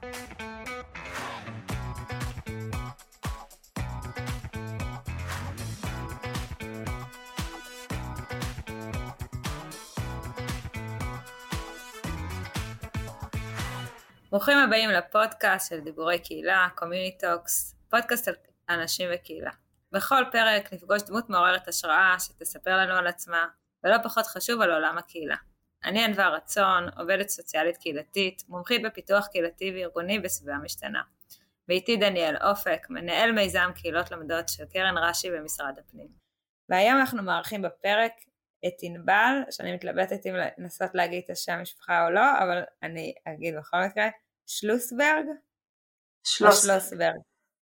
ברוכים הבאים לפודקאסט של דיבורי קהילה, Community Talks, פודקאסט על אנשים וקהילה. בכל פרק נפגוש דמות מעוררת השראה שתספר לנו על עצמה, ולא פחות חשוב על עולם הקהילה. אני ענווה רצון, עובדת סוציאלית קהילתית, מומחית בפיתוח קהילתי וארגוני בסביבה משתנה. ואיתי דניאל אופק, מנהל מיזם קהילות למדות של קרן רש"י במשרד הפנים. והיום אנחנו מארחים בפרק את ענבל, שאני מתלבטת אם לנסות להגיד את השם משפחה או לא, אבל אני אגיד בכל מקרה, שלוסברג? שלוסברג.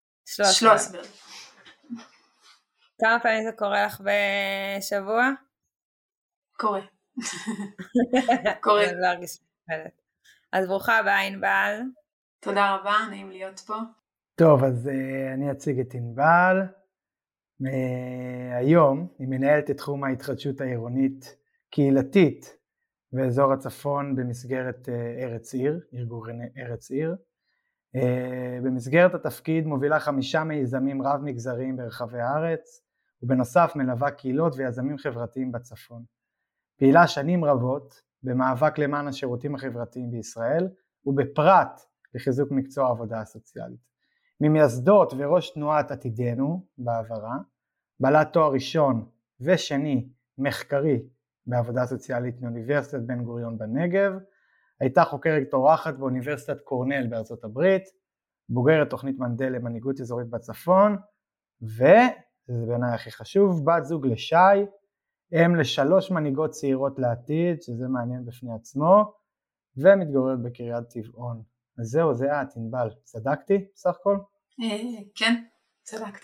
כמה פעמים זה קורה לך בשבוע? קורה. אז ברוכה הבאה ענבל. תודה רבה, נעים להיות פה. טוב, אז אני אציג את ענבל. היום היא מנהלת את תחום ההתחדשות העירונית קהילתית באזור הצפון במסגרת ארץ עיר, ארגון ארץ עיר. במסגרת התפקיד מובילה 5 מיזמים רב מגזריים ברחבי הארץ, ובנוסף מלווה קהילות ויזמים חברתיים בצפון. פעילה שנים רבות במאבק למען השירותים החברתיים בישראל, ובפרט לחיזוק מקצוע העבודה הסוציאלית. ממייסדות וראש תנועת עתידנו בעברה, בעלת תואר ראשון ושני מחקרי בעבודה סוציאלית מאוניברסיטת בן גוריון בנגב, הייתה חוקרת אורחת באוניברסיטת קורנל בארצות הברית, בוגרת תוכנית מנדל למנהיגות אזורית בצפון, וזה בעיניי הכי חשוב, בת זוג לשי, אם ל3 מנהיגות צעירות לעתיד, שזה מעניין בפני עצמו, ומתגוררת בקריית טבעון. אז זהו, זה את ענבל, צדקתי בסך הכל? כן, צדקת.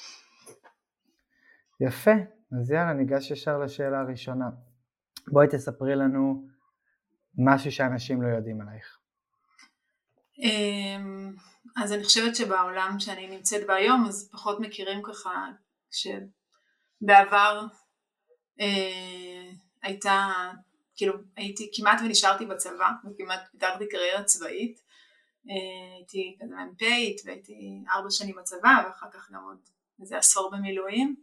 יפה, אז יאללה ניגש ישר לשאלה הראשונה. בואי תספרי לנו משהו שאנשים לא יודעים עלייך. אז אני חושבת שבעולם שאני נמצאת בה היום, אז פחות מכירים ככה, שבעבר הייתי כמעט ונשארתי בצבא, וכמעט פיתחתי קריירה צבאית, הייתי כזה מ"פית והייתי 4 שנים בצבא, ואחר כך גם עוד איזה עשור במילואים,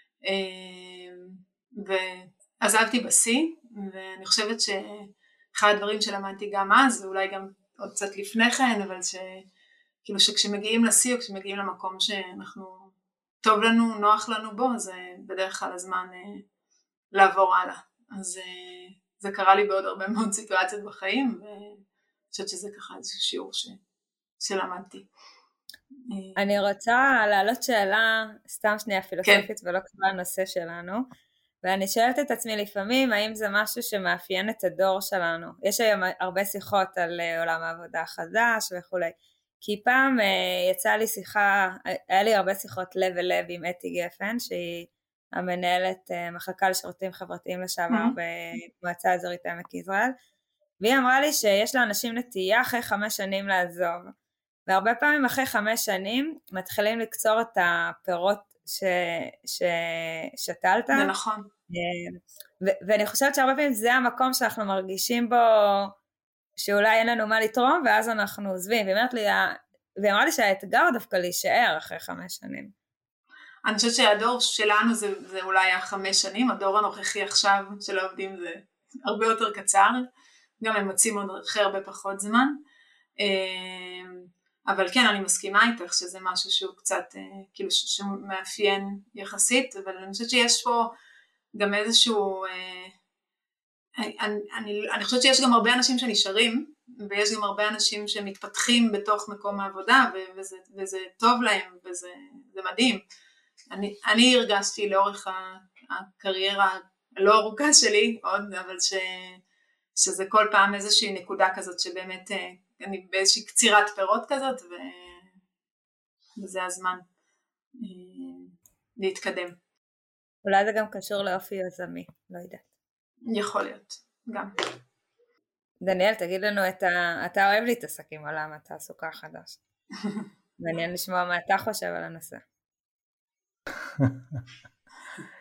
ועזבתי בשיא, ואני חושבת שאחד הדברים שלמדתי גם אז, ואולי גם עוד קצת לפני כן, אבל כאילו שכשמגיעים לשיא או כשמגיעים למקום שאנחנו טוב לנו, נוח לנו בו, זה בדרך כלל הזמן לעבור הלאה. אז זה קרה לי בעוד הרבה מאוד סיטואציות בחיים, ואני חושבת שזה ככה איזשהו שיעור שלמדתי. אני רוצה להעלות שאלה, סתם שנייה פילוסופית ולא קשורה לנושא שלנו, ואני שואלת את עצמי לפעמים, האם זה משהו שמאפיין את הדור שלנו? יש היום הרבה שיחות על עולם העבודה החדש וכולי, כי פעם יצא לי שיחה, היה לי הרבה שיחות לב אל לב עם אתי גפן, שהיא המנהלת מחלקה לשירותים חברתיים לשעבר במועצה האזורית עמק יזרעאל, והיא אמרה לי שיש לאנשים נטייה אחרי 5 שנים לעזוב, והרבה פעמים אחרי 5 שנים מתחילים לקצור את הפירות ששתלת. זה נכון. ואני חושבת שהרבה פעמים זה המקום שאנחנו מרגישים בו שאולי אין לנו מה לתרום, ואז אנחנו עוזבים. והיא אמרה לי שהאתגר דווקא להישאר אחרי 5 שנים. אני חושבת שהדור שלנו זה אולי 5 שנים, הדור הנוכחי עכשיו של העובדים זה הרבה יותר קצר, גם הם מוצאים עוד אחרי הרבה פחות זמן, אבל כן, אני מסכימה איתך שזה משהו שהוא קצת, כאילו שמאפיין יחסית, אבל אני חושבת שיש פה גם איזשהו, אני חושבת שיש גם הרבה אנשים שנשארים, ויש גם הרבה אנשים שמתפתחים בתוך מקום העבודה, וזה טוב להם, וזה מדהים. אני הרגשתי לאורך הקריירה הלא ארוכה שלי עוד, אבל שזה כל פעם איזושהי נקודה כזאת שבאמת אני באיזושהי קצירת פירות כזאת, וזה הזמן להתקדם. אולי זה גם קשור לאופי יזמי, לא יודעת. יכול להיות, גם. דניאל, תגיד לנו, אתה אוהב להתעסק עם עולם התעסוקה החדש. מעניין לשמוע מה אתה חושב על הנושא.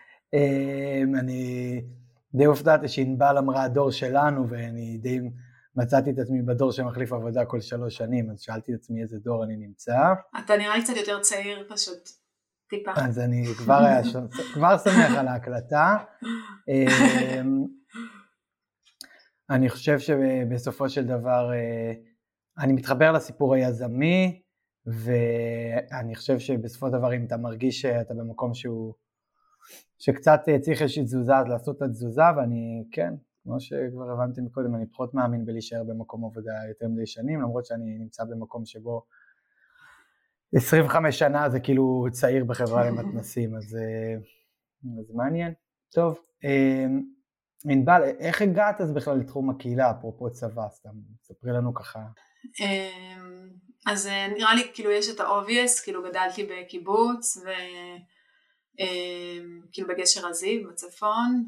אני די הופתעתי שענבל אמרה הדור שלנו, ואני די מצאתי את עצמי בדור שמחליף עבודה כל 3 שנים, אז שאלתי את עצמי איזה דור אני נמצא. אתה נראה לי קצת יותר צעיר פשוט, טיפה. אז אני כבר שמח על ההקלטה. אני חושב שבסופו של דבר אני מתחבר לסיפור היזמי, ואני חושב שבסופו של דבר אם אתה מרגיש שאתה במקום שקצת צריך איזושהי תזוזה, אז לעשות את התזוזה, ואני כן, כמו שכבר הבנתי מקודם, אני פחות מאמין בלהישאר במקום עבודה יותר מדי שנים, למרות שאני נמצא במקום שבו 25 שנה זה כאילו צעיר בחברה למתנסים, אז מעניין. טוב, ענבל, איך הגעת אז בכלל לתחום הקהילה, אפרופו צבא, סתם, ספרי לנו ככה. אז נראה לי כאילו יש את ה-obvious, כאילו גדלתי בקיבוץ, וכאילו בגשר הזיו בצפון,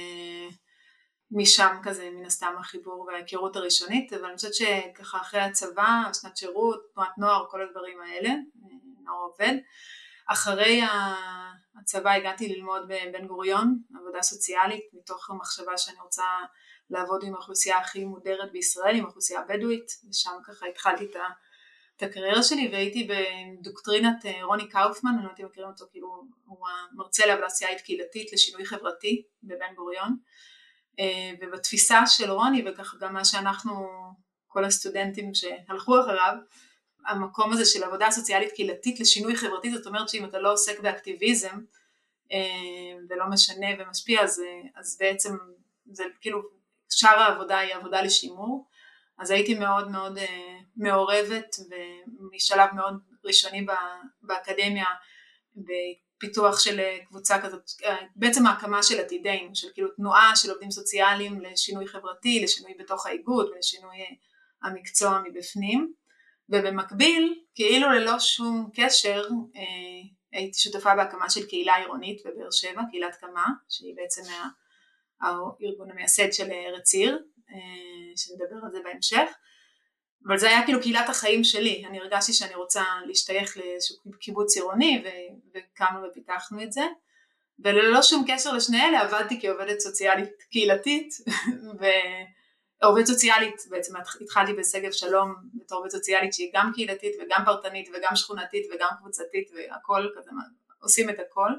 ומשם כזה מן הסתם החיבור וההיכרות הראשונית, אבל אני חושבת שככה אחרי הצבא, שנת שירות, תנועת נוער, כל הדברים האלה, נוער עובד, אחרי הצבא הגעתי ללמוד בבן גוריון, עבודה סוציאלית, מתוך המחשבה שאני רוצה לעבוד עם האוכלוסייה הכי מודרת בישראל, עם האוכלוסייה הבדואית, ושם ככה התחלתי את הקריירה שלי, והייתי בדוקטרינת רוני קאופמן, אני לא יודעת אם מכירים אותו, כאילו הוא המרצה לעבודה סוציאלית קהילתית לשינוי חברתי בבן גוריון, ובתפיסה של רוני, וככה גם מה שאנחנו, כל הסטודנטים שהלכו אחריו, המקום הזה של עבודה סוציאלית קהילתית לשינוי חברתי, זאת אומרת שאם אתה לא עוסק באקטיביזם, ולא משנה ומשפיע, אז בעצם זה כאילו, שאר העבודה היא עבודה לשימור, אז הייתי מאוד מאוד מעורבת, ומשלב מאוד ראשוני באקדמיה, בפיתוח של קבוצה כזאת, בעצם ההקמה של עתידנו, של כאילו תנועה של עובדים סוציאליים לשינוי חברתי, לשינוי בתוך האיגוד, ולשינוי המקצוע מבפנים, ובמקביל, כאילו ללא שום קשר, הייתי שותפה בהקמה של קהילה עירונית בבאר שבע, קהילת קמה, שהיא בעצם הארגון המייסד של ארץ עיר, שנדבר על זה בהמשך, אבל זה היה כאילו קהילת החיים שלי, אני הרגשתי שאני רוצה להשתייך לאיזשהו קיבוץ עירוני, וקמנו ופיתחנו את זה, וללא שום קשר לשני אלה, עבדתי כעובדת סוציאלית קהילתית, עובדת סוציאלית, בעצם התחלתי בשגב שלום בתור עובדת סוציאלית שהיא גם קהילתית וגם פרטנית וגם שכונתית וגם קבוצתית והכל כזה, עושים את הכל,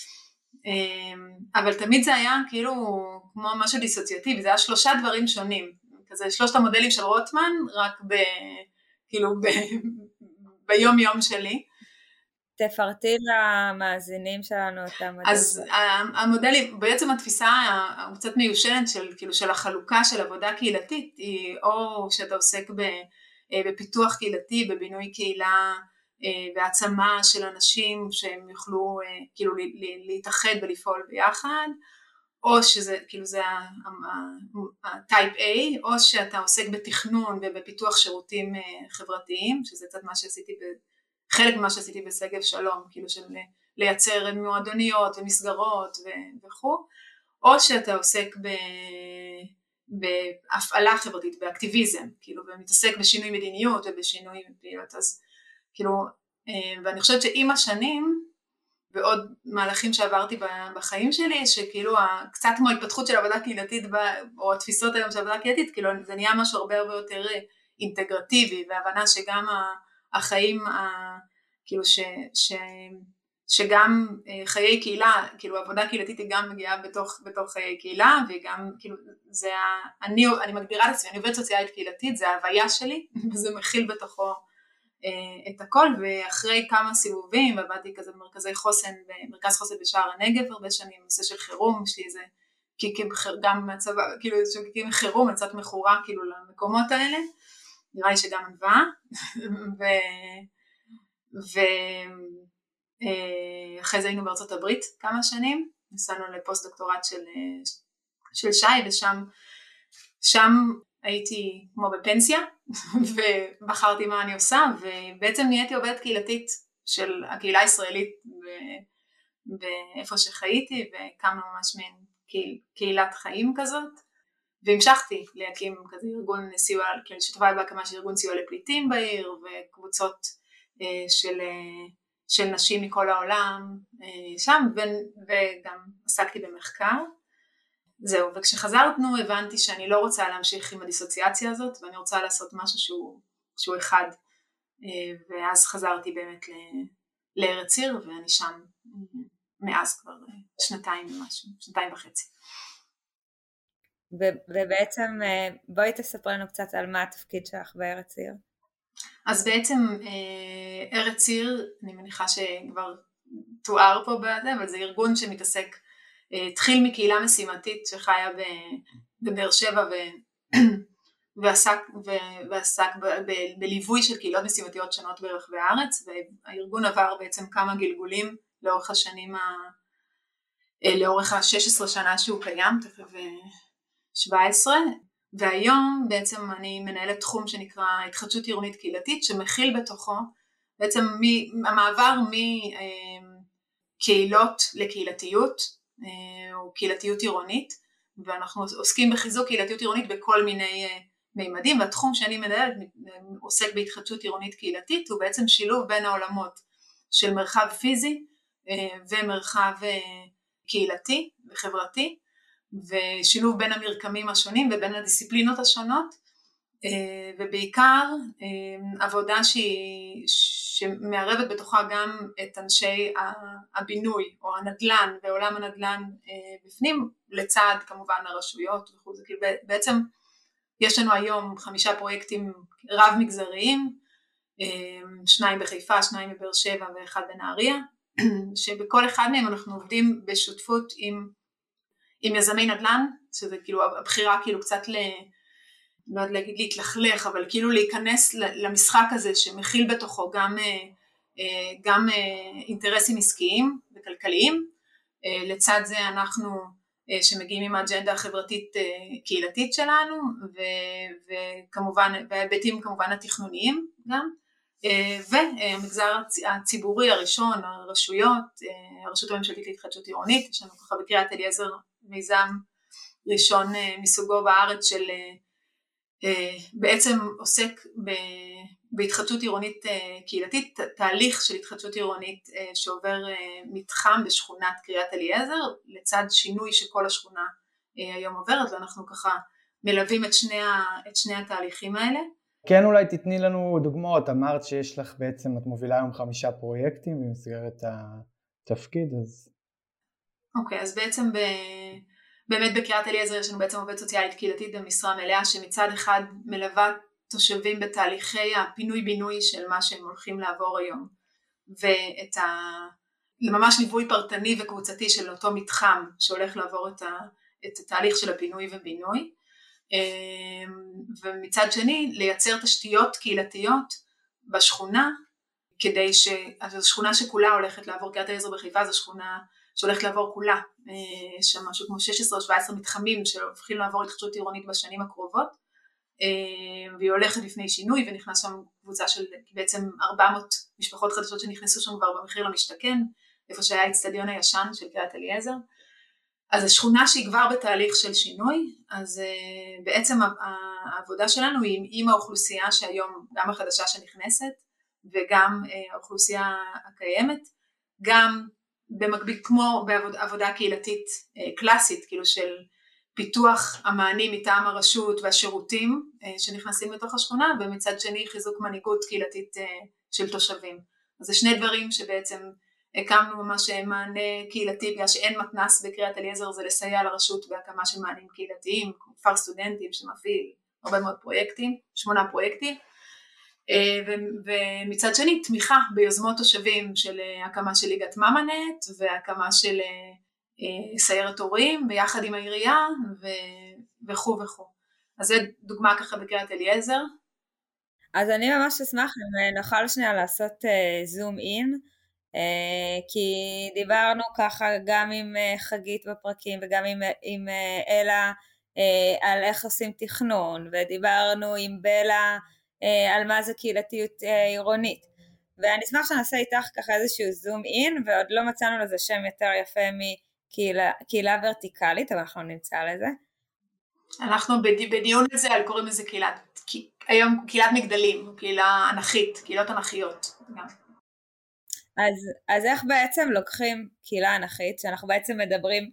אבל תמיד זה היה כאילו כמו משהו דיסוציאטיבי, זה היה 3 דברים שונים, כזה 3 המודלים של רוטמן, רק כאילו ביום יום שלי. תפרטי למאזינים שלנו את המודל. אז המודלים, בעצם התפיסה קצת מיושנת של החלוקה של עבודה קהילתית, היא או שאתה עוסק בפיתוח קהילתי, בבינוי קהילה, בהעצמה של אנשים שהם יוכלו כאילו להתאחד ולפעול ביחד, או שזה כאילו זה ה-type A, או שאתה עוסק בתכנון ובפיתוח שירותים חברתיים, שזה קצת מה שעשיתי חלק ממה שעשיתי בשגב שלום, כאילו של לייצר מועדוניות ומסגרות וכו', או שאתה עוסק בהפעלה חברתית, באקטיביזם, כאילו, ומתעסק בשינוי מדיניות ובשינוי פעילות, אז כאילו, ואני חושבת שעם השנים, ועוד מהלכים שעברתי בחיים שלי, שכאילו קצת כמו התפתחות של עבודה קהילתית, או התפיסות היום של עבודה קהילתית, כאילו זה נהיה משהו הרבה יותר אינטגרטיבי, והבנה שגם החיים, כאילו שגם חיי קהילה, כאילו עבודה קהילתית היא גם מגיעה בתוך חיי קהילה, וגם כאילו זה, אני מגדירה לעצמי, אני עובדת סוציאלית קהילתית, זה ההוויה שלי, וזה מכיל בתוכו את הכל, ואחרי כמה סיבובים, עבדתי כזה במרכזי חוסן, במרכז חוסן בשער הנגב, הרבה שנים, נושא של חירום, יש לי איזה קיקים גם מהצבא, כאילו איזה קיקים חירום, קצת מכורה כאילו למקומות האלה, נראה לי שגם ענווה, ואחרי זה היינו בארצות הברית כמה שנים, נסענו לפוסט דוקטורט של שי, ושם הייתי כמו בפנסיה, ובחרתי מה אני עושה, ובעצם נהייתי עובדת קהילתית של הקהילה הישראלית, באיפה שחייתי, וקמנו ממש מעין קהילת חיים כזאת, והמשכתי להקים כזה ארגון סיוע, כאילו שותפה בהקמה של ארגון סיוע לפליטים בעיר, וקבוצות של נשים מכל העולם שם, וגם עסקתי במחקר, זהו, וכשחזרנו הבנתי שאני לא רוצה להמשיך עם הדיסוציאציה הזאת, ואני רוצה לעשות משהו שהוא אחד, ואז חזרתי באמת לארץ עיר, ואני שם מאז כבר שנתיים וחצי. ובעצם בואי תספר לנו קצת על מה התפקיד שלך בארץ עיר. אז בעצם ארץ עיר, אני מניחה שכבר תואר פה בזה, אבל זה ארגון שמתעסק, התחיל מקהילה משימתית שחיה בבאר שבע ועסק בליווי של קהילות משימתיות שונות ברחבי הארץ, והארגון עבר בעצם כמה גלגולים לאורך השנים, לאורך ה-16 שנה שהוא קיים, תכף 17, והיום בעצם אני מנהלת תחום שנקרא התחדשות עירונית קהילתית, שמכיל בתוכו בעצם המעבר מקהילות לקהילתיות, או קהילתיות עירונית, ואנחנו עוסקים בחיזוק קהילתיות עירונית בכל מיני מימדים, והתחום שאני מנהלת עוסק בהתחדשות עירונית קהילתית, הוא בעצם שילוב בין העולמות של מרחב פיזי ומרחב קהילתי וחברתי, ושילוב בין המרקמים השונים ובין הדיסציפלינות השונות, ובעיקר עבודה שמערבת בתוכה גם את אנשי הבינוי או הנדל"ן ועולם הנדל"ן בפנים, לצד כמובן הרשויות וכו'. בעצם יש לנו היום 5 פרויקטים רב מגזריים, 2 בחיפה, 2 בבאר שבע ו1 בנהריה, שבכל אחד מהם אנחנו עובדים בשותפות עם יזמי נדל"ן, שזה כאילו הבחירה כאילו קצת לא יודעת להגיד להתלכלך, אבל כאילו להיכנס למשחק הזה שמכיל בתוכו גם אינטרסים עסקיים וכלכליים, לצד זה אנחנו שמגיעים עם האג'נדה החברתית קהילתית שלנו, וכמובן בהיבטים כמובן התכנוניים גם, והמגזר הציבורי הראשון, הרשות הממשלתית להתחדשות עירונית, יש לנו ככה בקריית אליעזר מיזם ראשון מסוגו בארץ של בעצם עוסק בהתחדשות עירונית קהילתית, תהליך של התחדשות עירונית שעובר מתחם בשכונת קריית אליעזר, לצד שינוי שכל השכונה היום עוברת, ואנחנו ככה מלווים את שני התהליכים האלה. כן, אולי תתני לנו דוגמאות, אמרת שיש לך בעצם, את מובילה היום 5 פרויקטים במסגרת התפקיד, אז... אוקיי, אז בעצם באמת בקריית אליעזר יש לנו בעצם עובדת סוציאלית קהילתית במשרה מלאה, שמצד אחד מלווה תושבים בתהליכי הפינוי-בינוי של מה שהם הולכים לעבור היום, ממש ליווי פרטני וקבוצתי של אותו מתחם שהולך לעבור את התהליך של הפינוי ובינוי, ומצד שני לייצר תשתיות קהילתיות בשכונה, כדי זו שכונה שכולה הולכת לעבור, קריית אליעזר בחיפה זו שכונה שהולכת לעבור כולה, יש שם משהו כמו 16 או 17 מתחמים שהולכים לעבור התחדשות עירונית בשנים הקרובות, והיא הולכת לפני שינוי, ונכנס שם קבוצה של בעצם 400 משפחות חדשות שנכנסו שם כבר במחיר למשתכן, איפה שהיה האצטדיון הישן של קריית אליעזר. אז השכונה שהיא כבר בתהליך של שינוי, אז בעצם העבודה שלנו היא עם האוכלוסייה שהיום, גם החדשה שנכנסת, וגם האוכלוסייה הקיימת, גם במקביל כמו בעבודה קהילתית קלאסית, כאילו של פיתוח המענים מטעם הרשות והשירותים שנכנסים בתוך השכונה, ומצד שני חיזוק מנהיגות קהילתית של תושבים. אז זה שני דברים שבעצם הקמנו ממש מענה קהילתי, בגלל שאין מתנ"ס בקריית אליעזר, זה לסייע לרשות בהקמה של מענים קהילתיים, כפר סטודנטים שמפעיל הרבה מאוד פרויקטים, 8 פרויקטים, ומצד שני תמיכה ביוזמות תושבים של הקמה של ליגת ממנט, והקמה של סיירת הורים ביחד עם העירייה וכו' וכו'. אז זה דוגמה ככה בקריית אליעזר. אז אני ממש אשמח אם נוכל שנייה לעשות זום אין, כי דיברנו ככה גם עם חגית בפרקים וגם עם אלה על איך עושים תכנון, ודיברנו עם בלה על מה זה קהילתיות עירונית, ואני אשמח שנעשה איתך ככה איזשהו זום אין, ועוד לא מצאנו לזה שם יותר יפה מקהילה ורטיקלית, אבל אנחנו נמצא לזה. אנחנו בדיון הזה קוראים לזה היום קהילת מגדלים, קהילה אנכית, קהילות אנכיות גם. אז איך בעצם לוקחים קהילה אנכית, שאנחנו בעצם מדברים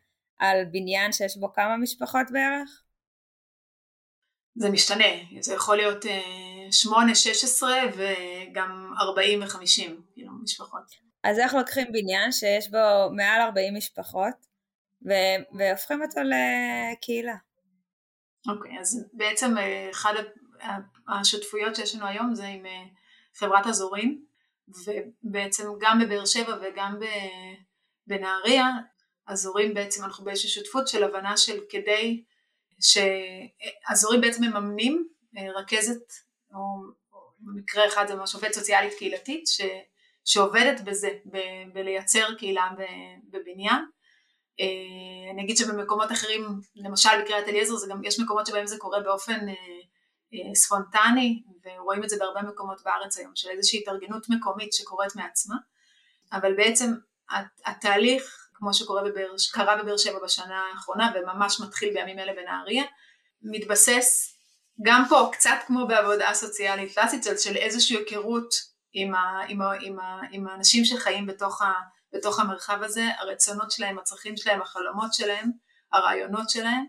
על בניין שיש בו כמה משפחות בערך? זה משתנה, זה יכול להיות 8, 16 וגם 40 ו-50 משפחות. אז איך לוקחים בניין שיש בו מעל 40 משפחות והופכים אותו לקהילה? אוקיי, אז בעצם אחד השותפויות שיש לנו היום זה עם חברת אזורים, ובעצם גם בבאר שבע וגם בנהריה, אזורים בעצם אנחנו באיזושהי שותפות של הבנה של כדי שאזורים בעצם מממנים רכזת, או במקרה אחד זה ממש עובד סוציאלית קהילתית, שעובדת בזה, בלייצר קהילה בבניין. אני אגיד שבמקומות אחרים, למשל בקריית אליעזר, יש מקומות שבהם זה קורה באופן ספונטני, ורואים את זה בהרבה מקומות בארץ היום, של איזושהי התארגנות מקומית שקורית מעצמה, אבל בעצם התהליך, כמו שקרה בבאר שבע בשנה האחרונה, וממש מתחיל בימים אלה בנהריה, מתבסס גם פה, קצת כמו בעבודה סוציאלית קלאסית, של איזושהי היכרות עם האנשים שחיים בתוך המרחב הזה, הרצונות שלהם, הצרכים שלהם, החלומות שלהם, הרעיונות שלהם,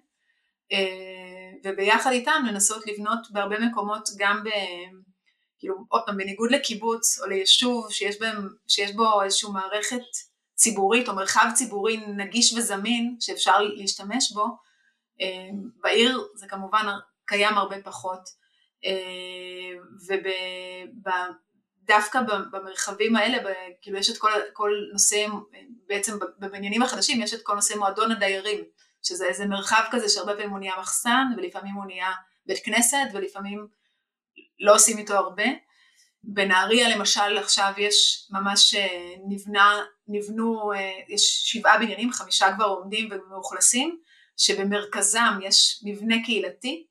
וביחד איתם לנסות לבנות בהרבה מקומות, גם כאילו, עוד פעם, בניגוד לקיבוץ או ליישוב שיש בו איזושהי מערכת ציבורית או מרחב ציבורי נגיש וזמין שאפשר להשתמש בו, בעיר זה כמובן קיים הרבה פחות, ודווקא במרחבים האלה, כאילו יש את כל נושא, בעצם בבניינים החדשים יש את כל נושא מועדון הדיירים, שזה איזה מרחב כזה שהרבה פעמים הוא נהיה מחסן, ולפעמים הוא נהיה בית כנסת, ולפעמים לא עושים איתו הרבה. בנהריה למשל עכשיו יש ממש נבנו, יש 7 בניינים, 5 כבר עומדים ומאוכלסים, שבמרכזם יש מבנה קהילתי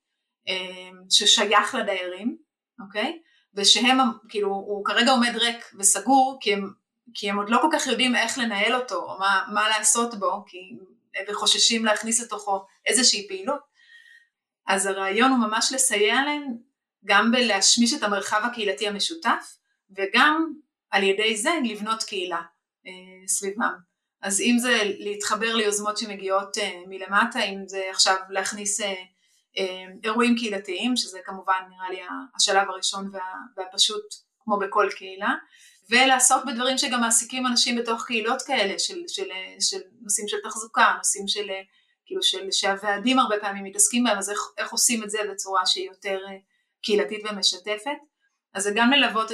ששייך לדיירים, אוקיי? ושהם כאילו הוא כרגע עומד ריק וסגור, כי הם עוד לא כל כך יודעים איך לנהל אותו, או מה לעשות בו, וחוששים להכניס לתוכו איזושהי פעילות. אז הרעיון הוא ממש לסייע להם, גם בלהשמיש את המרחב הקהילתי המשותף, וגם על ידי זה לבנות קהילה סביבם. אז אם זה להתחבר ליוזמות שמגיעות מלמטה, אם זה עכשיו להכניס אירועים קהילתיים, שזה כמובן נראה לי השלב הראשון והפשוט כמו בכל קהילה, ולעסוק בדברים שגם מעסיקים אנשים בתוך קהילות כאלה, של נושאים של תחזוקה, נושאים של, כאילו שהוועדים הרבה פעמים מתעסקים בהם, אז איך עושים את זה בצורה שהיא יותר קהילתית ומשתפת. אז זה גם ללוות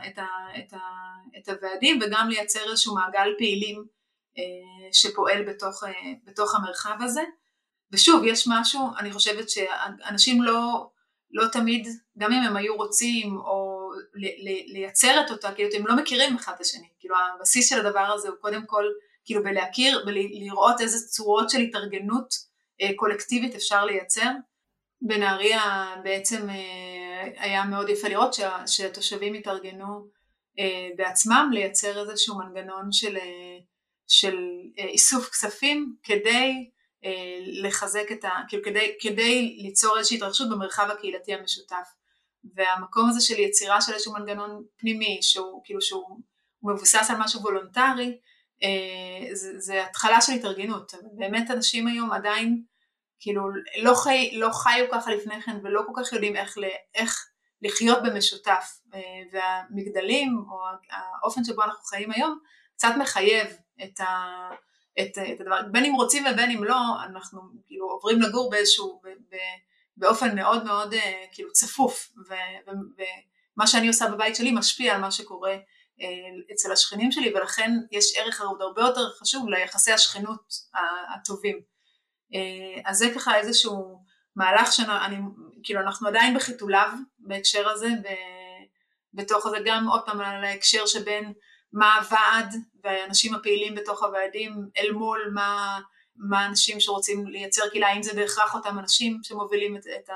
את הוועדים, וגם לייצר איזשהו מעגל פעילים שפועל בתוך המרחב הזה. ושוב, יש משהו, אני חושבת שאנשים לא תמיד, גם אם הם היו רוצים או לייצר את אותה, כאילו הם לא מכירים אחד את השני, כאילו הבסיס של הדבר הזה הוא קודם כל, כאילו בלהכיר, ולראות איזה צורות של התארגנות קולקטיבית אפשר לייצר. בנהריה בעצם היה מאוד יפה לראות שהתושבים התארגנו בעצמם, לייצר איזשהו מנגנון של איסוף כספים, כדי לחזק כדי ליצור איזושהי התרחשות במרחב הקהילתי המשותף. והמקום הזה של יצירה של איזשהו מנגנון פנימי, שהוא מבוסס על משהו וולונטרי, זה התחלה של התארגנות. באמת אנשים היום עדיין כאילו לא חיו ככה לפני כן, ולא כל כך יודעים איך לחיות במשותף, והמגדלים או האופן שבו אנחנו חיים היום קצת מחייב את הדבר, בין אם רוצים ובין אם לא, אנחנו כאילו עוברים לגור באופן מאוד מאוד כאילו צפוף, ומה שאני עושה בבית שלי משפיע על מה שקורה אצל השכנים שלי, ולכן יש ערך הרבה יותר חשוב ליחסי השכנות הטובים. אז זה ככה איזשהו מהלך כאילו אנחנו עדיין בחיתוליו בהקשר הזה, בתוך הזה גם עוד פעם על ההקשר שבין מה הוועד והאנשים הפעילים בתוך הוועדים אל מול מה אנשים שרוצים לייצר קהילה, האם זה בהכרח אותם אנשים שמובילים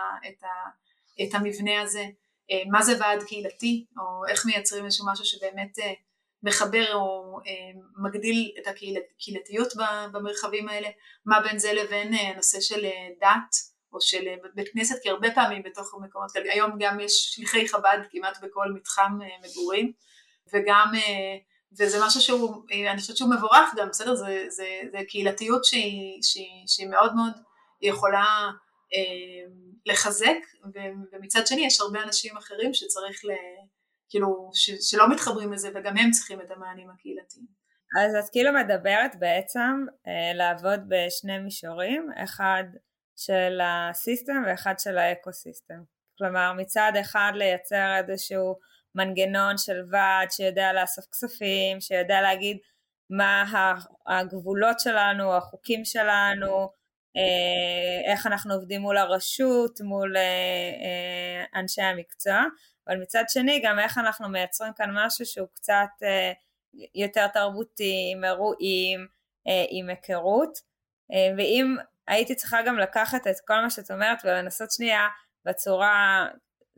את המבנה הזה, מה זה ועד קהילתי, או איך מייצרים איזשהו משהו שבאמת מחבר או מגדיל את הקהילתיות במרחבים האלה, מה בין זה לבין הנושא של דת או של בית כנסת, כי הרבה פעמים בתוך המקומות כאלה, היום גם יש שליחי חב"ד כמעט בכל מתחם מגורים, וגם וזה משהו אני חושבת שהוא מבורך גם, בסדר? זה קהילתיות שהיא מאוד מאוד יכולה לחזק, ומצד שני יש הרבה אנשים אחרים שצריך כאילו, שלא מתחברים לזה, וגם הם צריכים את המענים הקהילתיים. אז את כאילו מדברת בעצם לעבוד בשני מישורים, אחד של הסיסטם ואחד של האקוסיסטם. כלומר, מצד אחד לייצר איזשהו מנגנון של ועד שיודע לאסוף כספים, שיודע להגיד מה הגבולות שלנו, החוקים שלנו, איך אנחנו עובדים מול הרשות, מול אנשי המקצוע, אבל מצד שני גם איך אנחנו מייצרים כאן משהו שהוא קצת יותר תרבותי, עם אירועים, עם היכרות, ואם הייתי צריכה גם לקחת את כל מה שאת אומרת ולנסות שנייה בצורה,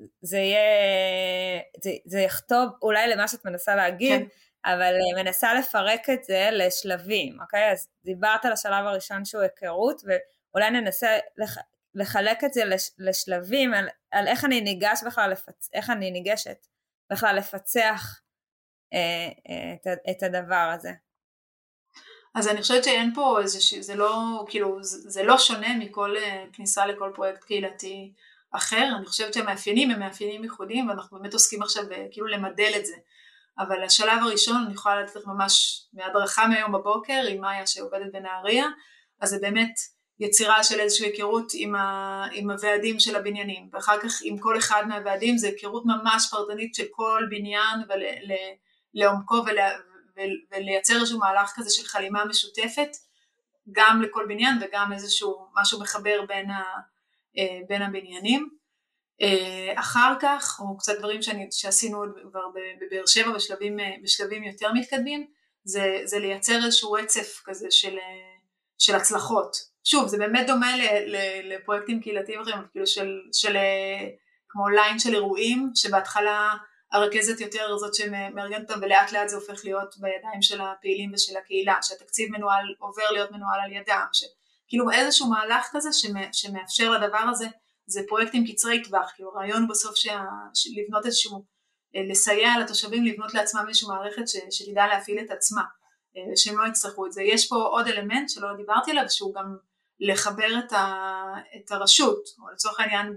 זה יכתוב אולי למה שאת מנסה להגיד, כן. אבל מנסה לפרק את זה לשלבים, אוקיי? אז דיברת על השלב הראשון שהוא היכרות, ואולי ננסה לחלק את זה לשלבים, על איך אני ניגש בכלל, איך אני ניגשת בכלל לפצח את הדבר הזה. אז אני חושבת שאין פה איזושהי, זה לא שונה מכל כניסה לכל פרויקט קהילתי אחר. אני חושבת שהמאפיינים הם מאפיינים ייחודיים, ואנחנו באמת עוסקים עכשיו כאילו למדל את זה. אבל השלב הראשון, אני יכולה לתת ממש מהדרכה מהיום בבוקר, עם מאיה שעובדת בנהריה, אז זה באמת יצירה של איזושהי היכרות עם הוועדים של הבניינים, ואחר כך עם כל אחד מהוועדים, זה היכרות ממש פרטנית של כל בניין, לעומקו ולייצר איזשהו מהלך כזה של חלימה משותפת, גם לכל בניין וגם איזשהו משהו מחבר בין הבניינים. אחר כך, או קצת דברים שעשינו כבר בבאר שבע בשלבים יותר מתקדמים, זה לייצר איזשהו רצף כזה של הצלחות. שוב, זה באמת דומה לפרויקטים קהילתיים אחרים, כאילו כמו ליין של אירועים, שבהתחלה הרכזת יותר זאת שמארגנת אותם, ולאט לאט זה הופך להיות בידיים של הפעילים ושל הקהילה, שהתקציב עובר להיות מנוהל על ידם, כאילו איזשהו מהלך כזה שמאפשר לדבר הזה, זה פרויקטים קצרי טווח, כאילו הרעיון בסוף לבנות איזשהו, לסייע לתושבים לבנות לעצמם איזשהו מערכת שתדע להפעיל את עצמה, שהם לא יצטרכו את זה. יש פה עוד אלמנט שלא דיברתי עליו, שהוא גם לחבר את הרשות, או לצורך העניין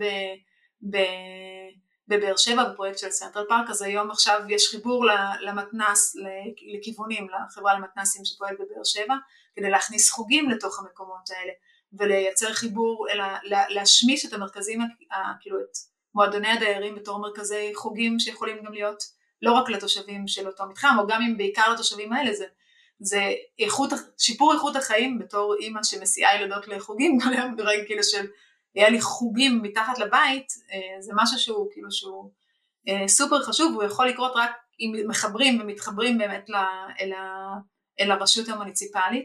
בבאר שבע, בפרויקט של סנטרל פארק, אז היום עכשיו יש חיבור למתנס, לכיוונים, לחברה למתנסים שפועל בבאר שבע, כדי להכניס חוגים לתוך המקומות האלה, ולייצר חיבור, להשמיש את המרכזים, כאילו את מועדוני הדיירים בתור מרכזי חוגים, שיכולים גם להיות לא רק לתושבים של אותו מתחם, או גם אם בעיקר לתושבים האלה, זה שיפור איכות החיים, בתור אימא שמסיעה ילדות לחוגים, גם ברגע כאילו של היה לי חוגים מתחת לבית, זה משהו שהוא כאילו שהוא סופר חשוב, הוא יכול לקרות רק אם מחברים ומתחברים באמת אל הרשות המוניציפלית,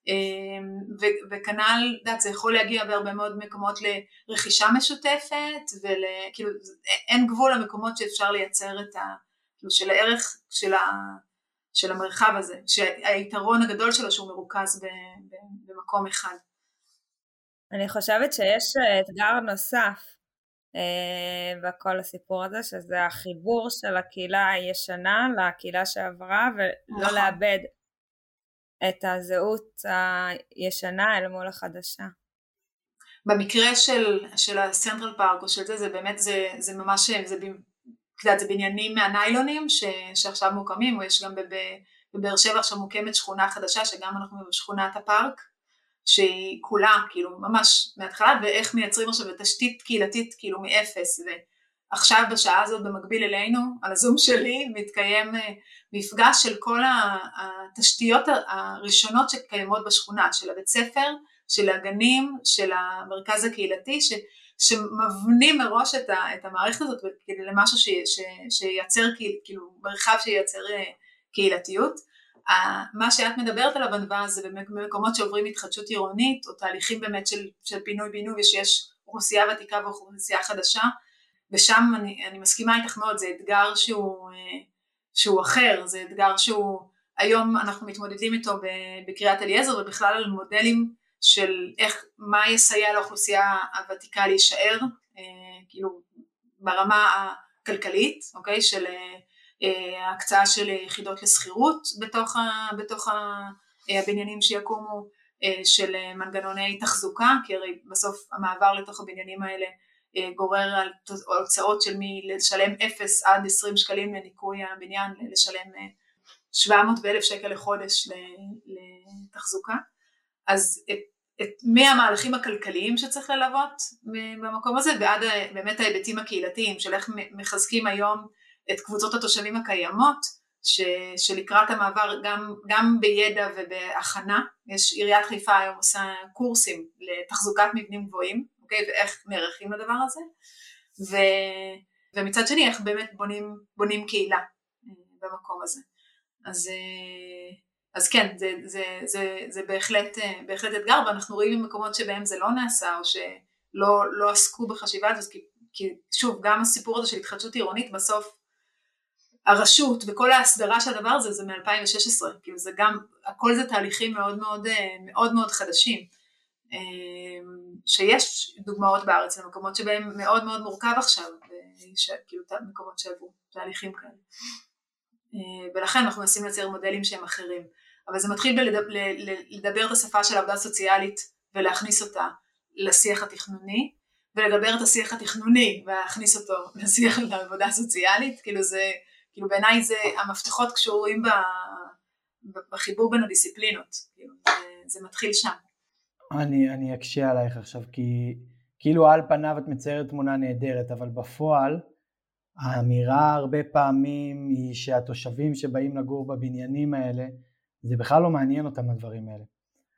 וכנ"ל, זה יכול להגיע בהרבה מאוד מקומות לרכישה משותפת, וכאילו אין גבול למקומות שאפשר לייצר כאילו של הערך של המרחב הזה, שהיתרון הגדול שלו שהוא מרוכז במקום אחד. אני חושבת שיש אתגר נוסף בכל הסיפור הזה, שזה החיבור של הקהילה הישנה לקהילה שעברה, ולא לאבד את הזהות הישנה אל מול החדשה. במקרה של הסנטרל פארק או של זה באמת זה ממש, זה בניינים מהניילונים שעכשיו מוקמים, או יש גם בבאר שבע עכשיו מוקמת שכונה חדשה, שגם אנחנו בשכונת הפארק, שהיא כולה כאילו ממש מההתחלה, ואיך מייצרים עכשיו תשתית קהילתית כאילו מאפס, ועכשיו בשעה הזאת במקביל אלינו, על הזום שלי, מתקיים מפגש של כל התשתיות הראשונות שקיימות בשכונה, של הבית ספר, של הגנים, של המרכז הקהילתי, שמבנים מראש את המערכת הזאת, כדי למשהו שייצר כאילו מרחב שייצר קהילתיות. מה שאת מדברת עליו בנבא זה במקומות שעוברים התחדשות עירונית, או תהליכים באמת של פינוי בינוי, ושיש אוכלוסייה ותיקה ואוכלוסייה חדשה, ושם אני מסכימה איתך מאוד, זה אתגר שהוא אחר, זה אתגר שהוא, היום אנחנו מתמודדים איתו בקריית אליעזר, ובכלל על מודלים של מה יסייע לאוכלוסייה הוותיקה להישאר, כאילו ברמה הכלכלית, אוקיי, הקצאה של יחידות לסחירות בתוך הבניינים שיקומו, של מנגנוני תחזוקה, כי הרי בסוף המעבר לתוך הבניינים האלה גורר על הוצאות של לשלם 0 עד 20 שקלים לניקוי הבניין, לשלם 700 ו1,000 שקל לחודש לתחזוקה. אז מהמהלכים הכלכליים שצריך ללוות במקום הזה, ועד באמת ההיבטים הקהילתיים, של איך מחזקים היום את קבוצות התושבים הקיימות, שלקראת המעבר גם בידע ובהכנה, יש עיריית חיפה היום עושה קורסים לתחזוקת מבנים גבוהים, אוקיי, ואיך נערכים לדבר הזה, ומצד שני איך באמת בונים קהילה במקום הזה. אז כן, זה בהחלט אתגר, ואנחנו רואים במקומות שבהם זה לא נעשה, או שלא עסקו בחשיבה הזאת, כי שוב, גם הסיפור הזה של התחדשות עירונית, בסוף הרשות וכל ההסדרה של הדבר הזה, זה מ-2016, כאילו זה גם, הכל זה תהליכים מאוד מאוד, מאוד מאוד חדשים, שיש דוגמאות בארץ, למקומות שבהם מאוד מאוד מורכב עכשיו, כאילו מקומות שעברו תהליכים כאלה. ולכן אנחנו מנסים לייצר מודלים שהם אחרים, אבל זה מתחיל לדבר את השפה של העבודה הסוציאלית ולהכניס אותה לשיח התכנוני, ולדבר את השיח התכנוני ולהכניס אותו לשיח לעבודה הסוציאלית, כאילו בעיניי זה המפתחות קשורים בחיבור בין הדיסציפלינות, זה מתחיל שם. אני אקשה עלייך עכשיו, כי כאילו על פניו את מציירת תמונה נהדרת, אבל בפועל האמירה הרבה פעמים היא שהתושבים שבאים לגור בבניינים האלה, זה בכלל לא מעניין אותם הדברים האלה.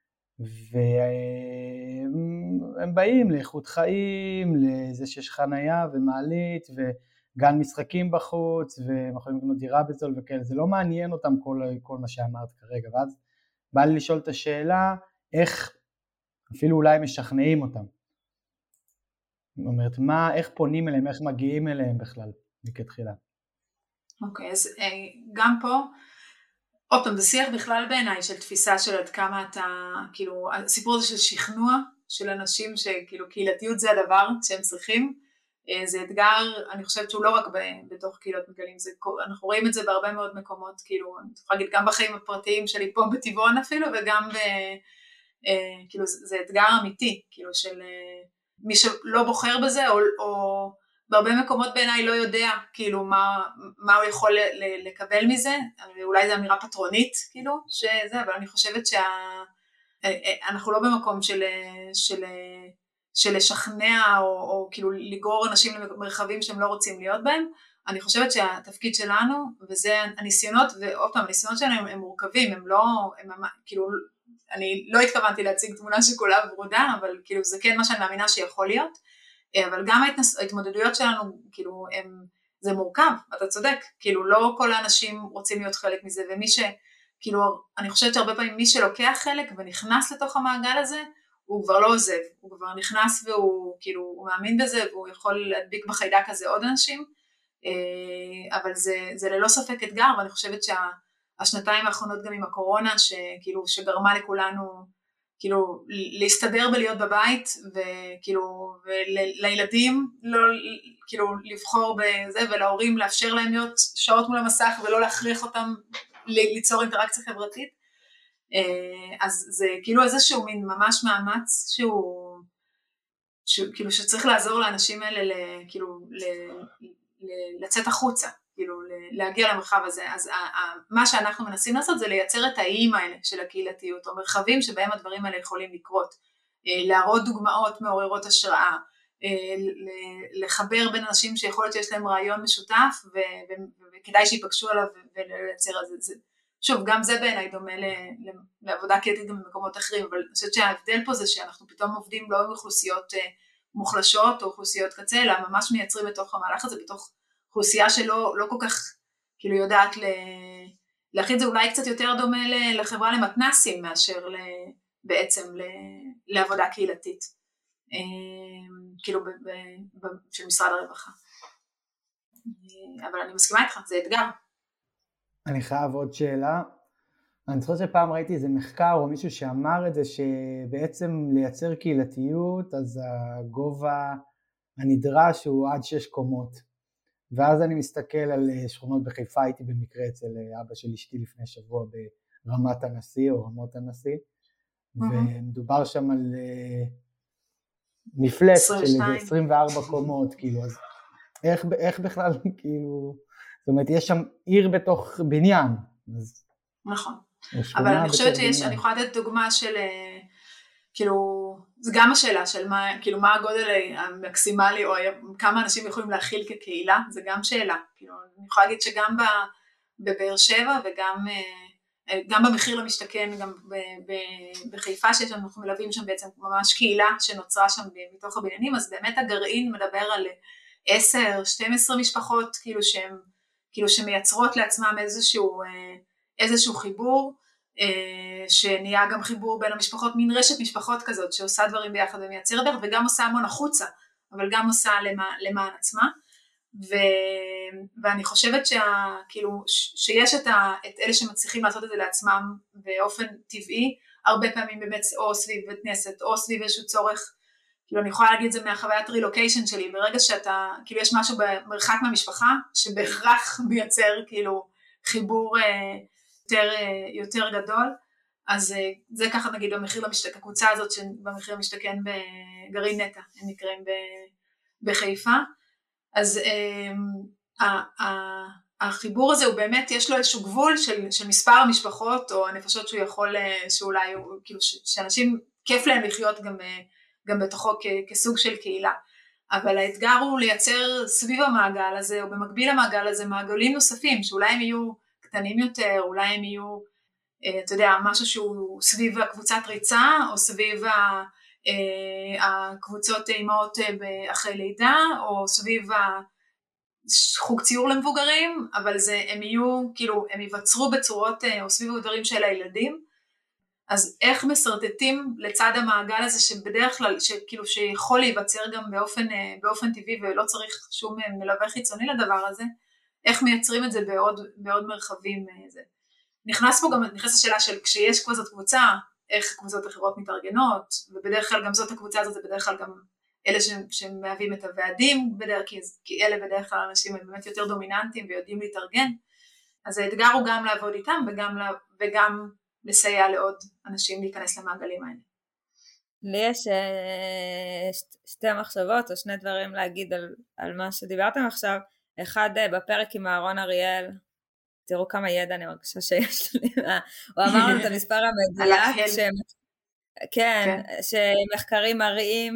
והם באים לאיכות חיים, לזה שיש חנייה ומעלית וגן משחקים בחוץ, והם יכולים לקנות דירה בזול וכאלה, זה לא מעניין אותם כל מה שאמרת כרגע, ואז בא לי לשאול את השאלה, איך אפילו אולי משכנעים אותם. זאת אומרת, איך פונים אליהם, איך מגיעים אליהם בכלל? מכתחילה. אוקיי, אז גם פה, עוד פעם, זה שיח בכלל בעיניי של תפיסה של עד כמה אתה, כאילו, הסיפור הזה של שכנוע של אנשים שכאילו קהילתיות זה הדבר שהם צריכים, זה אתגר, אני חושבת שהוא לא רק בתוך קהילות מגלים, אנחנו רואים את זה בהרבה מאוד מקומות, כאילו, אני יכולה להגיד גם בחיים הפרטיים שלי פה בטבעון אפילו, וגם כאילו, זה אתגר אמיתי, כאילו, של מי שלא בוחר בזה, או בהרבה מקומות בעיניי לא יודע כאילו מה הוא יכול לקבל מזה, ואולי זו אמירה פטרונית כאילו, שזה, אבל אני חושבת שאנחנו לא במקום של לשכנע או כאילו לגרור אנשים למרחבים שהם לא רוצים להיות בהם. אני חושבת שהתפקיד שלנו, וזה הניסיונות, ועוד פעם, הניסיונות שלנו הם מורכבים, הם לא, כאילו, אני לא התכוונתי להציג תמונה שכולה ורודה, אבל כאילו זה כן מה שאני מאמינה שיכול להיות, אבל גם ההתמודדויות שלנו, כאילו, זה מורכב, אתה צודק, כאילו, לא כל האנשים רוצים להיות חלק מזה, ומי כאילו, אני חושבת שהרבה פעמים מי שלוקח חלק ונכנס לתוך המעגל הזה, הוא כבר לא עוזב, הוא כבר נכנס והוא, כאילו, הוא מאמין בזה, והוא יכול להדביק בחיידק הזה עוד אנשים, אבל זה ללא ספק אתגר, ואני חושבת שהשנתיים האחרונות גם עם הקורונה, שכאילו, שגרמה לכולנו, כאילו, להסתדר ולהיות בבית, וכאילו, ולילדים, לא, כאילו, לבחור בזה, ולהורים לאפשר להם להיות שעות מול המסך, ולא להכריח אותם ליצור אינטראקציה חברתית, אז זה כאילו איזשהו מין ממש מאמץ, כאילו, שצריך לעזור לאנשים האלה, כאילו, לצאת החוצה, כאילו, להגיע למרחב הזה. אז מה שאנחנו מנסים לעשות זה לייצר את האיים האלה של הקהילתיות, או מרחבים שבהם הדברים האלה יכולים לקרות, להראות דוגמאות מעוררות השראה, לחבר בין אנשים שיכול להיות שיש להם רעיון משותף, וכדאי שיפגשו עליו ולייצר את זה. שוב, גם זה בעיניי דומה לעבודה קהילתית גם במקומות אחרים, אבל אני חושבת שההבדל פה זה שאנחנו פתאום עובדים לא עם אוכלוסיות מוחלשות או אוכלוסיות קצה, אלא ממש מייצרים בתוך המהלך הזה, בתוך אוכלוסייה שלא כל כך כאילו יודעת להכין את זה, אולי קצת יותר דומה לחברה למתנסים מאשר בעצם לעבודה קהילתית, כאילו של משרד הרווחה. אבל אני מסכימה איתך, זה אתגר. אני חייב עוד שאלה. אני חושב שפעם ראיתי איזה מחקר או מישהו שאמר את זה, שבעצם לייצר קהילתיות, אז הגובה הנדרש הוא עד 6 קומות. ואז אני מסתכל על שכונות בחיפה, הייתי במקרה אצל אבא של אשתי לפני שבוע ברמת הנשיא או רמות הנשיא, ומדובר שם על מפלט של איזה 24 קומות, כאילו, אז איך בכלל, כאילו, זאת אומרת, יש שם עיר בתוך בניין. נכון, אבל אני חושבת אני יכולה לתת דוגמה של, כאילו, זה גם השאלה של מה הגודל המקסימלי, או כמה אנשים יכולים להכיל כקהילה, זה גם שאלה, כאילו, אני יכולה להגיד שגם בבאר שבע, וגם במחיר למשתכן, גם בחיפה שיש לנו, אנחנו מלווים שם בעצם ממש קהילה שנוצרה שם מתוך הבניינים, אז באמת הגרעין מדבר על 10-12 משפחות, כאילו שמייצרות לעצמם איזשהו חיבור, שנהיה גם חיבור בין המשפחות, מין רשת משפחות כזאת, שעושה דברים ביחד ומייצרת ביחד, וגם עושה המון החוצה, אבל גם עושה למען עצמה, ואני חושבת שיש את אלה שמצליחים לעשות את זה לעצמם באופן טבעי, הרבה פעמים באמת או סביב בית כנסת, או סביב איזשהו צורך, כאילו אני יכולה להגיד את זה מהחוויית רילוקיישן שלי, ברגע שאתה, כאילו יש משהו במרחק מהמשפחה, שבהכרח מייצר כאילו חיבור יותר גדול, אז זה ככה נגיד במחיר למשתכן, הקבוצה הזאת שבמחיר למשתכן בגרעין נטע, הם נקראים בחיפה, אז החיבור הזה הוא באמת, יש לו איזשהו גבול של מספר המשפחות, או הנפשות שהוא יכול, שאולי, כאילו שאנשים כיף להם לחיות גם בתוכו כסוג של קהילה, אבל האתגר הוא לייצר סביב המעגל הזה, או במקביל למעגל הזה, מעגלים נוספים, שאולי הם יהיו קטנים יותר, אולי הם יהיו, אתה יודע, משהו שהוא סביב הקבוצת ריצה, או סביב הקבוצות אימהות אחרי לידה, או סביב חוג ציור למבוגרים, אבל הם יהיו, כאילו, הם ייווצרו בצורות, או סביב הדברים של הילדים, אז איך מסרטטים לצד המעגל הזה שבדרך כלל, כאילו שיכול להיווצר גם באופן טבעי ולא צריך שום מלווה חיצוני לדבר הזה, איך מייצרים את זה בעוד מרחבים זה. נכנס השאלה של כשיש כזאת קבוצה, איך קבוצות אחרות מתארגנות, ובדרך כלל גם זאת הקבוצה הזאת, זה בדרך כלל גם אלה שמהווים את הוועדים, כי אלה בדרך כלל אנשים הם באמת יותר דומיננטיים ויודעים להתארגן, אז האתגר הוא גם לעבוד איתם וגם לסייע לעוד אנשים להיכנס למעגלים האלה. לי יש שתי מחשבות או שני דברים להגיד על מה שדיברתם עכשיו. אחד בפרק עם אהרון אריאל, תראו כמה ידע אני מרגישה שיש לי, הוא אמר לנו את המספר המדויק, כן, שמחקרים מראים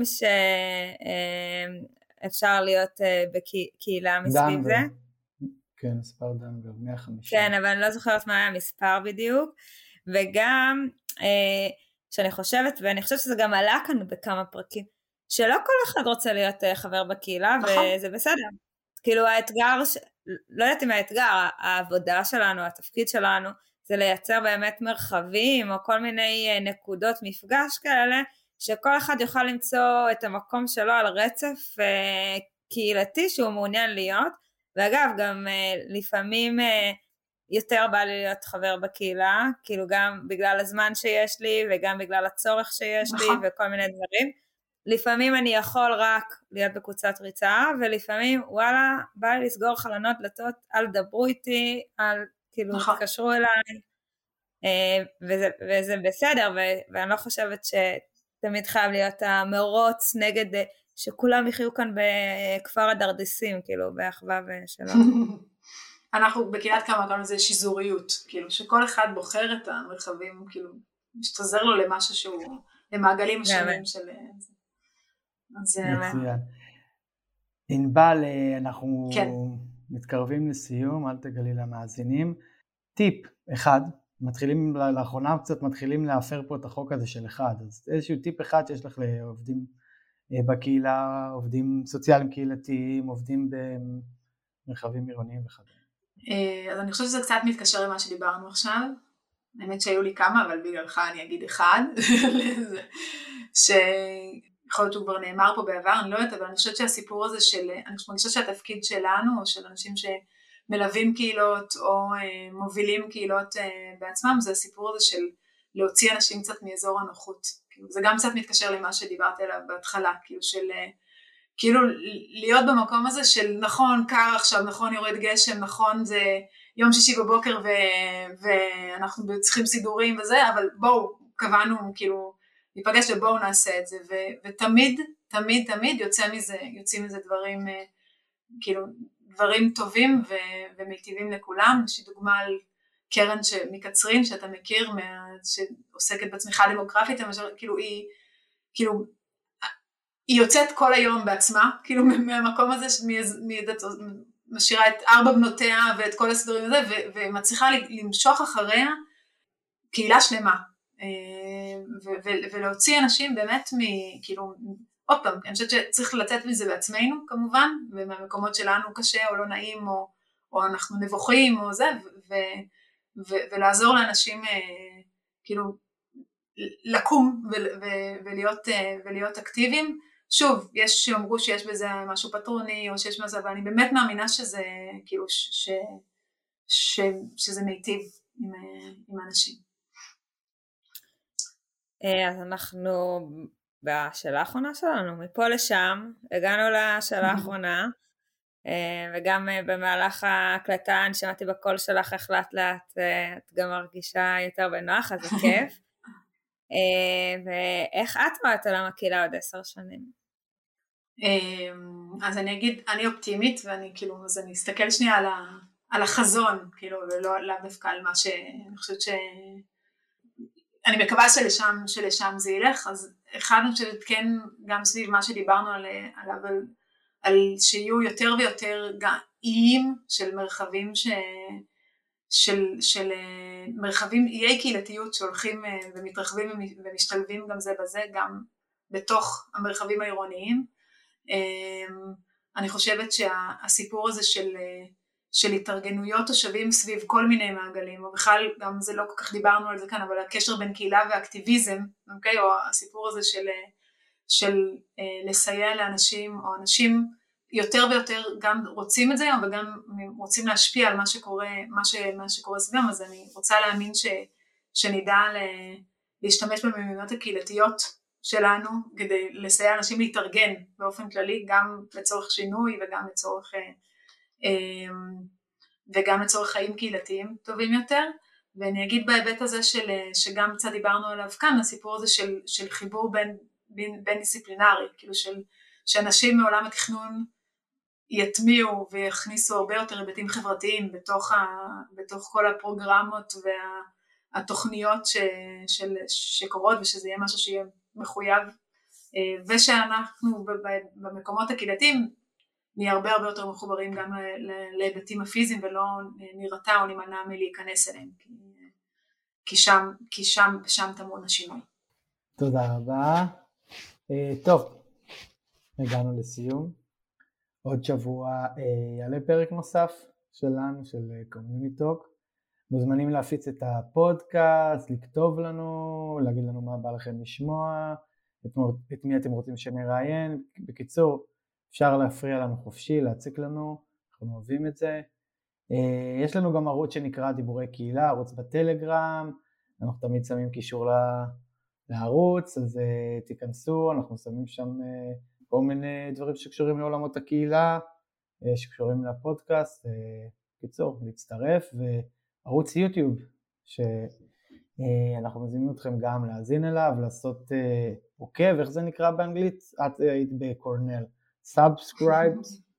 שאפשר להיות בקהילה מסביב זה. כן, מספר דנבר, 150. כן, אבל אני לא זוכרת מה היה המספר בדיוק, וגם שאני חושבת, ואני חושבת שזה גם עלה כאן בכמה פרקים, שלא כל אחד רוצה להיות חבר בקהילה, וזה בסדר. כאילו האתגר, לא יודעת אם האתגר, העבודה שלנו, התפקיד שלנו, זה לייצר באמת מרחבים, או כל מיני נקודות מפגש כאלה, שכל אחד יוכל למצוא את המקום שלו על רצף קהילתי שהוא מעוניין להיות, ואגב גם לפעמים יותר בא לי להיות חבר בקהילה, כאילו גם בגלל הזמן שיש לי, וגם בגלל הצורך שיש לי, וכל מיני דברים. לפעמים אני יכול רק להיות בקבוצת ריצה, ולפעמים וואלה, בא לי לסגור חלונות דלתות, אל דברו איתי, כאילו תקשרו אליי, וזה בסדר, ואני לא חושבת שתמיד חייב להיות המרוץ נגד, שכולם יחיו כאן בכפר הדרדסים, כאילו באחווה ושלום. אנחנו בקהילת כמה קוראים לזה שיזוריות, כאילו שכל אחד בוחר את המרחבים, כאילו משתזר לו למשהו שהוא, למעגלים השונים של זה. מצוין. ענבל, אנחנו מתקרבים לסיום, אל תגלי למאזינים. טיפ אחד, לאחרונה קצת מתחילים להפר פה את החוק הזה של אחד, אז איזשהו טיפ אחד שיש לך לעובדים בקהילה, עובדים סוציאליים קהילתיים, עובדים במרחבים עירוניים וכדומה. אז אני חושבת שזה קצת מתקשר למה שדיברנו עכשיו, האמת שהיו לי כמה, אבל בגללך אני אגיד אחד, שיכול להיות שהוא כבר נאמר פה בעבר, אני לא יודעת, אבל אני חושבת שהסיפור הזה אני מרגישה שהתפקיד שלנו, או של אנשים שמלווים קהילות, או מובילים קהילות בעצמם, זה הסיפור הזה של להוציא אנשים קצת מאזור הנוחות, זה גם קצת מתקשר למה שדיברתי עליו בהתחלה, כאילו כאילו להיות במקום הזה של נכון קר עכשיו, נכון יורד גשם, נכון זה יום שישי בבוקר ואנחנו צריכים סידורים וזה, אבל בואו קבענו כאילו ניפגש ובואו נעשה את זה, ותמיד תמיד תמיד יוצאים מזה דברים כאילו דברים טובים ומיטיבים לכולם. יש דוגמה על קרן מקצרין שאתה מכיר, שעוסקת בצמיחה דמוגרפית, כאילו היא יוצאת כל היום בעצמה, כאילו מהמקום הזה משאירה את 4 בנותיה ואת כל הסדרים הזה, ומצליחה למשוך אחריה קהילה שלמה, ולהוציא אנשים באמת כאילו, עוד פעם, אני חושבת שצריך לצאת מזה בעצמנו כמובן, ומהמקומות שלנו קשה או לא נעים, או אנחנו נבוכים או זה, ולעזור לאנשים כאילו לקום ולהיות אקטיביים. שוב, יש שאומרו שיש בזה משהו פטרוני, או שיש בזה, אבל אני באמת מאמינה שזה, כאילו, שזה מיטיב עם האנשים. אז אנחנו בשאלה האחרונה שלנו, מפה לשם, הגענו לשאלה האחרונה, וגם במהלך ההקלטה, אני שמעתי בקול שלך איך לאט, את גם מרגישה יותר בנוח, אז זה כיף. ואיך את רואה את עולם הקהילה עוד 10 שנים? אז אני אגיד, אני אופטימית, ואני כאילו, אז אני אסתכל שנייה על החזון, כאילו, ולא דווקא על מה שאני חושבת אני מקווה שלשם זה ילך. אז אחד אני חושבת כן, גם סביב מה שדיברנו עליו, על שיהיו יותר ויותר איים של מרחבים של מרחבים, איי קהילתיות שהולכים ומתרחבים ומשתלבים גם זה בזה, גם בתוך המרחבים העירוניים. אני חושבת שהסיפור הזה של התארגנויות תושבים סביב כל מיני מעגלים, או בכלל גם זה לא כל כך דיברנו על זה כאן, אבל הקשר בין קהילה ואקטיביזם, אוקיי? או הסיפור הזה של לסייע לאנשים, או אנשים יותר ויותר גם רוצים את זה היום, וגם רוצים להשפיע על מה שקורה סביבם. אז אני רוצה להאמין שנדע להשתמש במיומנויות הקהילתיות שלנו, כדי לסייע אנשים להתארגן באופן כללי, גם לצורך שינוי, וגם לצורך חיים קהילתיים טובים יותר. ואני אגיד בהיבט הזה שגם קצת דיברנו עליו כאן, הסיפור הזה של חיבור בין דיסציפלינרי, כאילו שאנשים מעולם התכנון יטמיעו ויכניסו הרבה יותר היבטים חברתיים בתוך כל הפרוגרמות והתוכניות שקורות, ושזה יהיה משהו שיהיה מחויב, ושאנחנו במקומות הקהילתיים נהיה הרבה יותר מחוברים גם להיבטים הפיזיים, ולא נראתה או נימנע מלהיכנס אליהם, כי שם טמון השינוי. תודה רבה. טוב, הגענו לסיום. עוד שבוע יעלה פרק נוסף שלנו, של קומיוניטוק. מוזמנים להפיץ את הפודקאסט, לכתוב לנו, להגיד לנו מה בא לכם לשמוע, את מי אתם רוצים שנראיין. בקיצור, אפשר להפריע לנו חופשי, להציק לנו, אנחנו אוהבים את זה. יש לנו גם ערוץ שנקרא דיבורי קהילה, ערוץ בטלגרם, אנחנו תמיד שמים קישור לערוץ, אז תיכנסו, אנחנו שמים שם כל מיני דברים שקשורים לעולמות הקהילה, שקשורים לפודקאסט. בקיצור, להצטרף, וערוץ יוטיוב, שאנחנו מזמינים אתכם גם להאזין אליו, לעשות עוקב, איך זה נקרא באנגלית? את היית בקורנל. subscribe.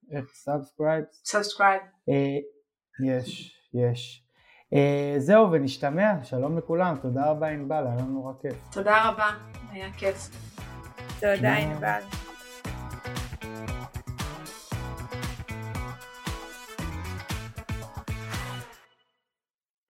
יש. זהו, ונשתמע. שלום לכולם. תודה רבה ענבל, היה לנו נורא כיף. תודה רבה, היה כיף. תודה ענבל.